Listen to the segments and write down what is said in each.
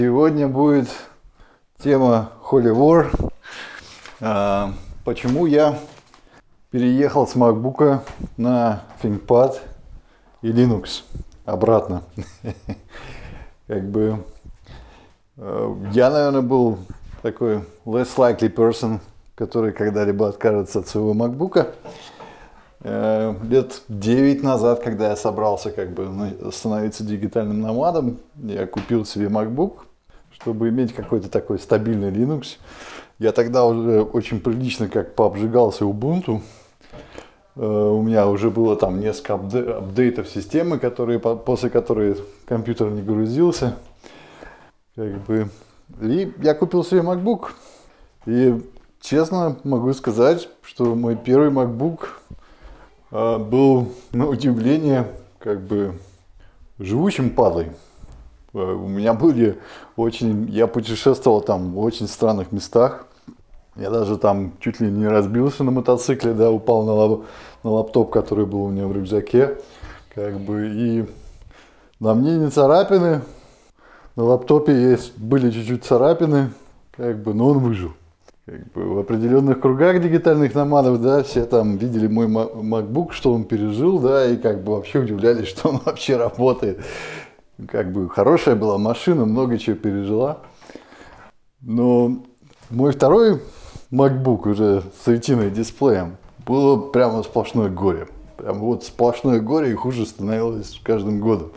Сегодня будет тема Holy War. Почему я переехал с MacBook на ThinkPad и Linux обратно. Я, наверное, был такой less likely person, который когда-либо откажется от своего MacBook. Лет 9 назад, когда я собрался становиться дигитальным номадом, я купил себе MacBook, чтобы иметь какой-то такой стабильный Linux. Я тогда уже очень прилично пообжигался Ubuntu. У меня уже было там несколько апдейтов системы, после которой компьютер не грузился. И я купил себе MacBook. И честно могу сказать, что мой первый MacBook был, на удивление, живучим падлой. Я путешествовал там в очень странных местах. Я даже там чуть ли не разбился на мотоцикле, да, упал на лаптоп, который был у меня в рюкзаке. И на мне не царапины, на лаптопе были чуть-чуть царапины, но он выжил. В определенных кругах дигитальных номадов, да, все там видели мой MacBook, что он пережил, да, и вообще удивлялись, что он вообще работает. Хорошая была машина, много чего пережила. Но мой второй MacBook уже с ретиной дисплеем было прямо сплошное горе. Прямо вот сплошное горе, и хуже становилось с каждым годом.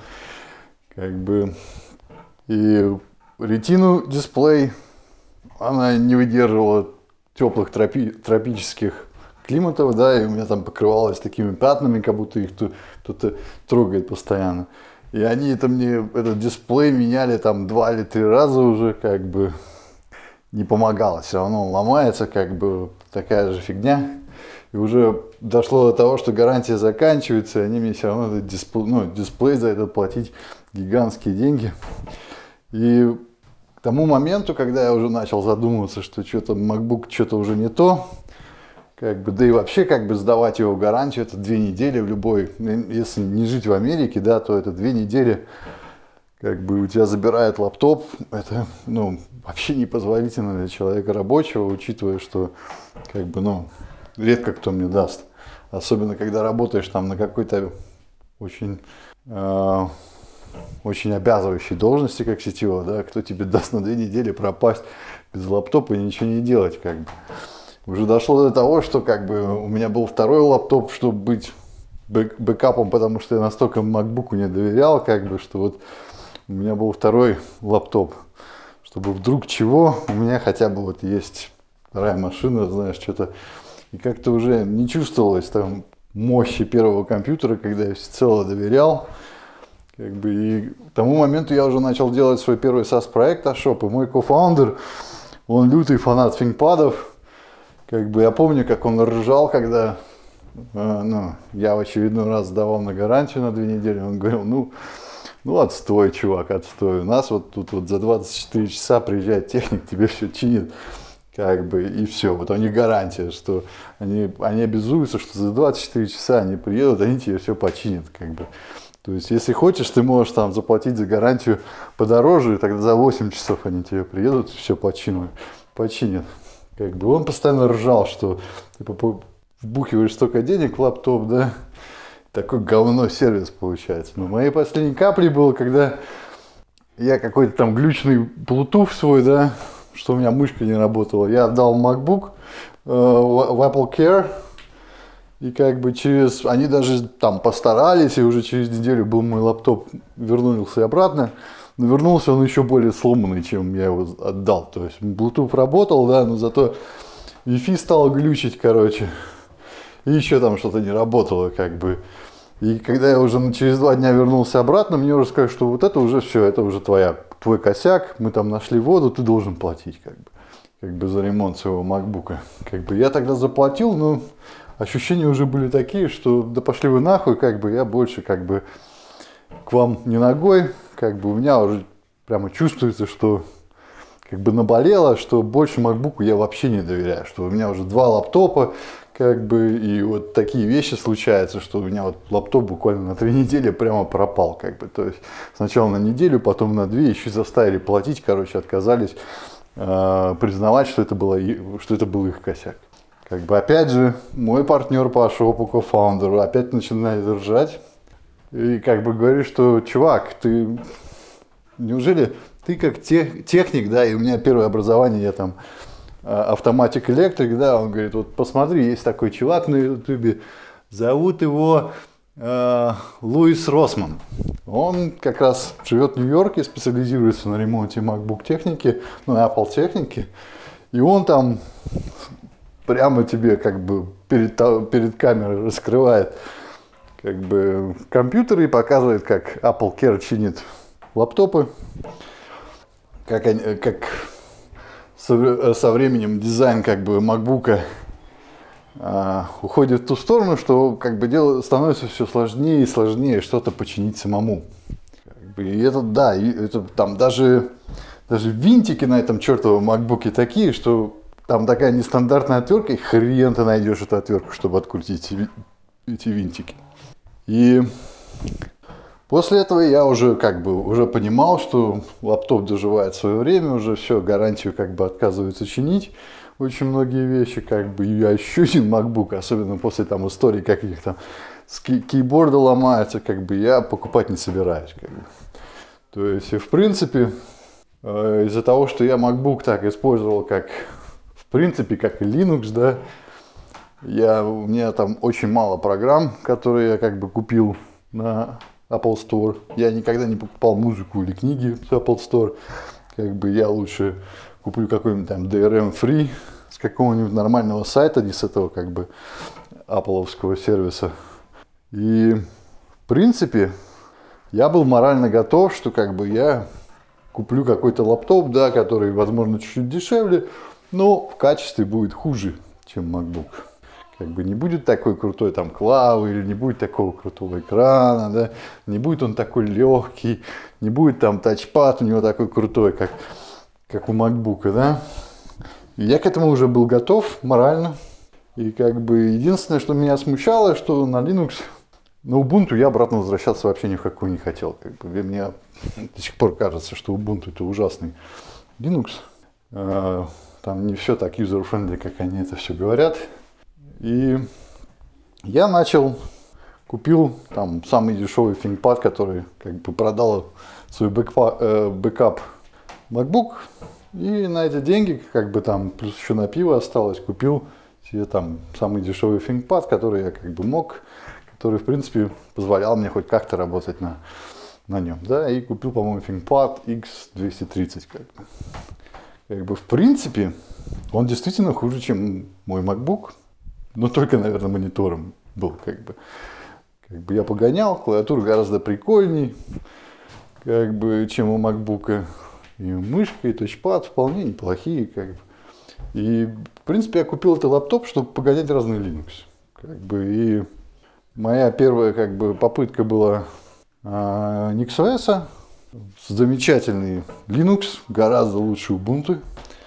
И ретину дисплей, она не выдерживала теплых тропических климатов, да, и у меня там покрывалось такими пятнами, как будто их кто-то трогает постоянно. И они мне этот дисплей меняли там 2 или 3 раза уже, не помогало. Все равно он ломается, такая же фигня. И уже дошло до того, что гарантия заканчивается, и они мне все равно этот дисплей за это платить гигантские деньги. И к тому моменту, когда я уже начал задумываться, что что-то MacBook что-то уже не то, да и вообще сдавать его в гарантию, это 2 недели в любой, если не жить в Америке, да, то это 2 недели, у тебя забирают лаптоп, это, вообще непозволительно для человека рабочего, учитывая, что, редко кто мне даст. Особенно, когда работаешь там на какой-то очень обязывающей должности, как сетевого, да, кто тебе даст на 2 недели пропасть без лаптопа и ничего не делать, Уже дошло до того, что у меня был второй лаптоп, чтобы быть бэкапом, потому что я настолько MacBook'у не доверял, что вот у меня был второй лаптоп, чтобы вдруг чего, у меня хотя бы вот есть вторая машина, знаешь, что-то. И как-то уже не чувствовалось там мощи первого компьютера, когда я всецело доверял. И к тому моменту я уже начал делать свой первый SaaS-проект Ashop, и мой кофаундер, он лютый фанат ThinkPad'ов. Я помню, как он ржал, когда я в очередной раз сдавал на гарантию на 2 недели. Он говорил, отстой, чувак, отстой. У нас вот тут вот за 24 часа приезжает техник, тебе все чинит. И все. Вот у них гарантия, что они обязуются, что за 24 часа они приедут, они тебе все починят. То есть, если хочешь, ты можешь там заплатить за гарантию подороже, и тогда за 8 часов они тебе приедут и все починят. Он постоянно ржал, что ты вбухиваешь столько денег в лаптоп, да, такой говно сервис получается. Но моей последней каплей было, когда я какой-то там глючный Bluetooth свой, да, что у меня мышка не работала. Я отдал MacBook в Apple Care, и они даже там постарались, и уже через неделю был мой лаптоп, вернулся обратно. Но вернулся он еще более сломанный, чем я его отдал. То есть Bluetooth работал, да, но зато Wi-Fi стал глючить, И еще там что-то не работало, И когда я уже через 2 дня вернулся обратно, мне уже сказали, что вот это уже все, это уже твой косяк, мы там нашли воду, ты должен платить, за ремонт своего MacBook'а. Я тогда заплатил, но ощущения уже были такие, что да пошли вы нахуй, я больше к вам не ногой, у меня уже прямо чувствуется, что наболело, что больше MacBook'у я вообще не доверяю, что у меня уже 2 лаптопа, как бы, и вот такие вещи случаются, что у меня вот лаптоп буквально на 3 недели прямо пропал, как бы, то есть сначала на неделю, потом на 2, еще заставили платить, короче, отказались признавать, что это был их косяк. Как бы, опять же, мой партнер по шопу, кофаундеру, опять начинает ржать и как бы говорит, что, чувак, ты, неужели ты как техник, да, и у меня первое образование, я там автоматик электрик, да, он говорит, вот посмотри, есть такой чувак на ютубе, зовут его Луис Росман. Он как раз живет в Нью-Йорке, специализируется на ремонте MacBook техники, ну, Apple техники, и он там прямо тебе как бы перед камерой раскрывает как бы компьютеры и показывает, как Apple Care чинит лаптопы, как со временем дизайн как бы MacBook'а уходит в ту сторону, что как бы дело становится все сложнее и сложнее что-то починить самому. И это, да, и это там даже винтики на этом чертовом MacBook'е такие, что там такая нестандартная отвертка, и хрен ты найдешь эту отвертку, чтобы открутить эти винтики. И после этого я уже как бы уже понимал, что лаптоп доживает свое время, уже все, гарантию как бы отказываются чинить очень многие вещи, как бы, и еще один MacBook, особенно после там истории каких там с кейборда ломается, как бы я покупать не собираюсь, как бы. То есть, и в принципе, из-за того, что я MacBook так использовал, как в принципе, как и Linux, да, у меня там очень мало программ, которые я как бы купил на Apple Store. Я никогда не покупал музыку или книги с Apple Store. Как бы я лучше куплю какой-нибудь там DRM Free с какого-нибудь нормального сайта, не с этого как бы Apple'овского сервиса. И в принципе я был морально готов, что как бы я куплю какой-то лаптоп, да, который, возможно, чуть-чуть дешевле, но в качестве будет хуже, чем MacBook. Как бы не будет такой крутой там клавы, или не будет такого крутого экрана, да, не будет он такой легкий, не будет там тачпад у него такой крутой, как у MacBook, да. И я к этому уже был готов морально. И как бы единственное, что меня смущало, что на Linux, на Ubuntu я обратно возвращаться вообще ни в какую не хотел. Как бы мне до сих пор кажется, что Ubuntu это ужасный Linux. Там не все так user-friendly, как они это все говорят. И я купил там самый дешевый ThinkPad, который как бы продал свой бэкап MacBook. И на эти деньги, как бы там, плюс еще на пиво осталось, купил себе там самый дешевый ThinkPad, который я как бы мог, который, в принципе, позволял мне хоть как-то работать на нем. Да, и купил, по-моему, ThinkPad X230. Как бы, в принципе, он действительно хуже, чем мой MacBook, но только, наверное, монитором был, как бы. Как бы я погонял, клавиатура гораздо прикольней, как бы, чем у MacBook'а. И мышка, и тачпад вполне неплохие, как бы. И, в принципе, я купил этот лаптоп, чтобы погонять разный Linux. Как бы, и моя первая, как бы, попытка была NixOS. Замечательный Linux, гораздо лучше Ubuntu,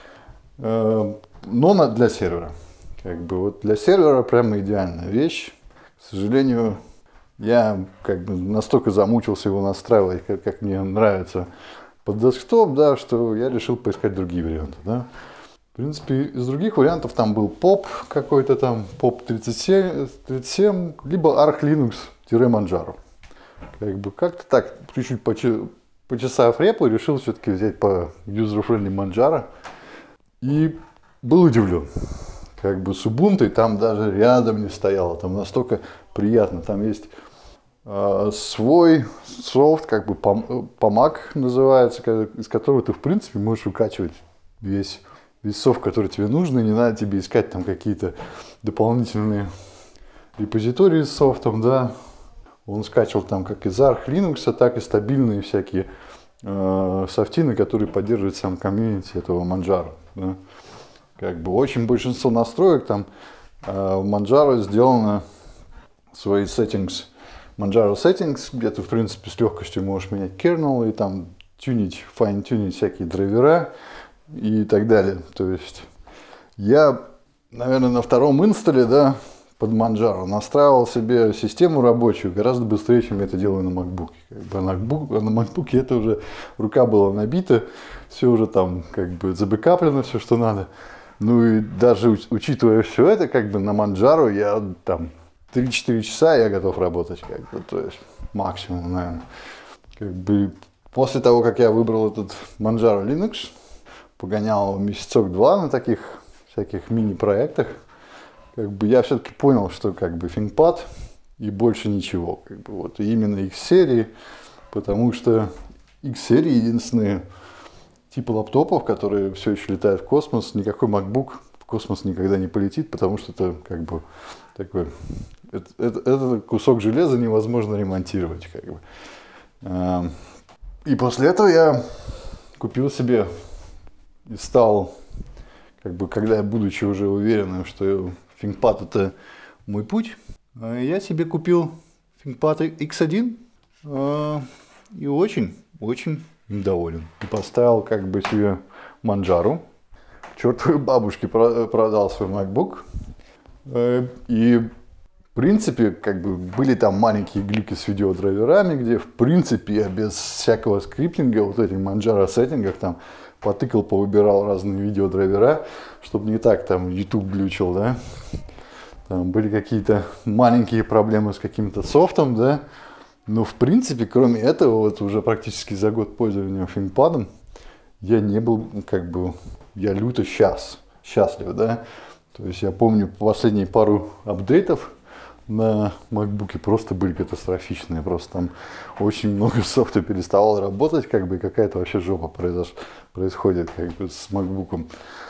но для сервера. Как бы, вот для сервера прямо идеальная вещь. К сожалению, я как бы настолько замучился его настраивать, как мне нравится под десктоп, да, что я решил поискать другие варианты. Да. В принципе, из других вариантов там был POP какой-то там, POP 37, либо Arch Linux-Manjaro. Как бы как-то так, чуть-чуть почесав репу, решил все-таки взять по user-friendly Manjaro. И был удивлен. Как бы с Ubuntu там даже рядом не стояло. Там настолько приятно. Там есть свой софт, как бы по Mac называется, из которого ты, в принципе, можешь выкачивать весь софт, который тебе нужен, и не надо тебе искать там какие-то дополнительные репозитории с софтом, да. Он скачивал там как из Arch Linux, так и стабильные всякие софтины, которые поддерживает сам комьюнити этого Manjaro. Да. Как бы очень большинство настроек там в Manjaro сделано свои settings, Manjaro settings, где ты в принципе с легкостью можешь менять kernel и там fine-тюнить всякие драйвера и так далее. То есть я наверное, на втором инсталле, да, под Manjaro настраивал себе систему рабочую гораздо быстрее, чем я это делаю на MacBook. Как бы на MacBook это уже рука была набита, все уже там как бы забэкаплено, все, что надо. Ну и даже учитывая все это, как бы на Manjaro я там 3-4 часа я готов работать, как бы, то есть максимум, наверное. Как бы после того, как я выбрал этот Manjaro Linux, погонял месяцок-два на таких всяких мини-проектах, как бы я все-таки понял, что как бы ThinkPad и больше ничего. Как бы, вот, и именно X-серии, потому что X-серии единственные типы лаптопов, которые все еще летают в космос. Никакой MacBook в космос никогда не полетит, потому что это как бы такой... Это кусок железа невозможно ремонтировать. Как бы. И после этого я купил себе и стал, как бы, когда я, будучи уже уверенным, что ThinkPad это мой путь, я себе купил ThinkPad X1 и очень им доволен. И поставил как бы себе Manjaro. К чертовой бабушке продал свой MacBook. И в принципе, как бы были там маленькие глюки с видеодрайверами, где в принципе я без всякого скриптинга, вот этих Manjaro сеттингах там потыкал, повыбирал разные видеодрайвера, чтобы не так там YouTube глючил, да. Там были какие-то маленькие проблемы с каким-то софтом, да. Но в принципе, кроме этого, вот уже практически за год пользования ThinkPad я не был, как бы, я люто счастлив, да. То есть я помню последние пару апдейтов на MacBook просто были катастрофичные, просто там очень много софта переставало работать, как бы, и какая-то вообще жопа происходит, как бы, с MacBook.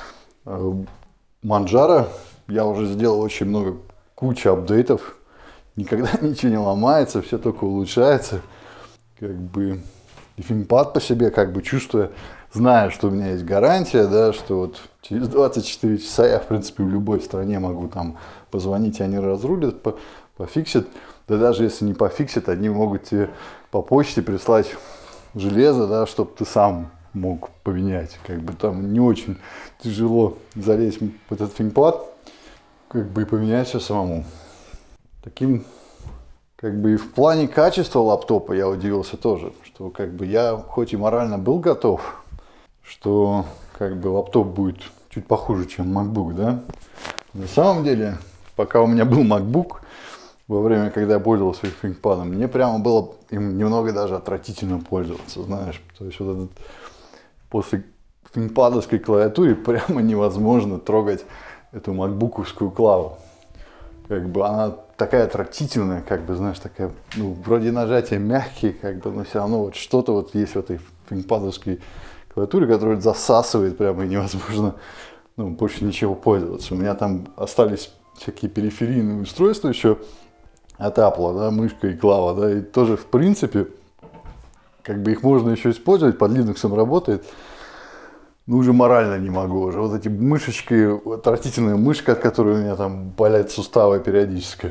Manjaro я уже сделал очень много, куча апдейтов, никогда ничего не ломается, все только улучшается, как бы, и ThinkPad по себе, как бы, чувствуя, зная, что у меня есть гарантия, да, что вот через 24 часа я, в принципе, в любой стране могу там позвонить, и они разрулят, пофиксят. Да даже если не пофиксят, они могут тебе по почте прислать железо, да, чтобы ты сам мог поменять. Как бы там не очень тяжело залезть в этот ThinkPad, как бы, и поменять все самому. Таким, как бы, и в плане качества лаптопа я удивился тоже, что как бы я хоть и морально был готов, что как бы лаптоп будет чуть похуже, чем MacBook, да. На самом деле, пока у меня был MacBook, во время, когда я пользовался ThinkPad, мне прямо было им немного даже отвратительно пользоваться, знаешь. То есть вот этот, после ThinkPad'овской клавиатуры прямо невозможно трогать эту MacBook'овскую клаву. Как бы она такая отвратительная, как бы, знаешь, такая, ну, вроде нажатия мягкие, как бы, но все равно вот что-то вот есть в этой ThinkPad'овской клавиатуре, которая засасывает прямо, и невозможно, ну, больше ничего пользоваться. У меня там остались всякие периферийные устройства еще от Apple, да, мышка и клава, да, и тоже, в принципе, как бы их можно еще использовать, под Linux работает, но уже морально не могу уже. Вот эти мышечки, отвратительная мышка, от которой у меня там болят суставы периодически,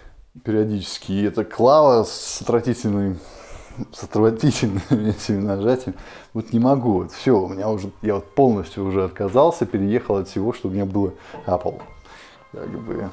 и эта клава с отвратительными этими нажатиями, вот не могу, вот все, у меня уже, я вот полностью уже отказался, переехал от всего, что у меня было Apple, как бы,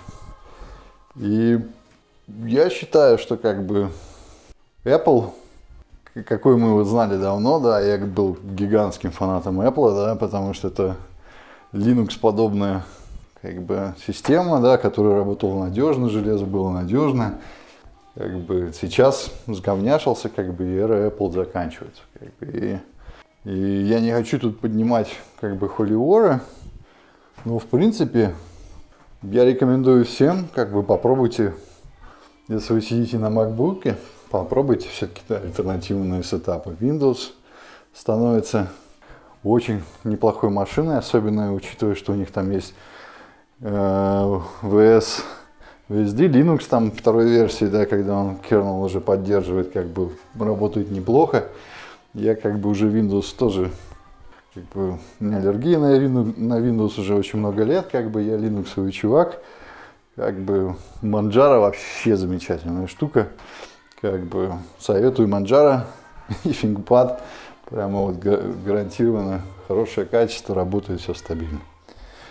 и я считаю, что как бы Apple, какой мы его знали давно, да, я был гигантским фанатом Apple, да, потому что это Linux-подобная, как бы, система, да, которая работала надежно, железо было надежно. Как бы сейчас сговняшился, как бы, и эра Apple заканчивается. Как бы, и я не хочу тут поднимать, как бы, holy war, но в принципе я рекомендую всем, как бы, попробуйте, если вы сидите на MacBook'е, попробуйте все-таки, да, альтернативные сетапы. Windows становится очень неплохой машиной, особенно учитывая, что у них там есть VS VSD, Linux там второй версии, да, когда он kernel уже поддерживает, как бы работает неплохо. Я как бы уже Windows тоже, как бы, у меня аллергия на Windows уже очень много лет, как бы я линуксовый чувак. Как бы Manjaro вообще замечательная штука. Как бы советую Manjaro и ThinkPad. Прямо вот гарантированно хорошее качество, работает все стабильно.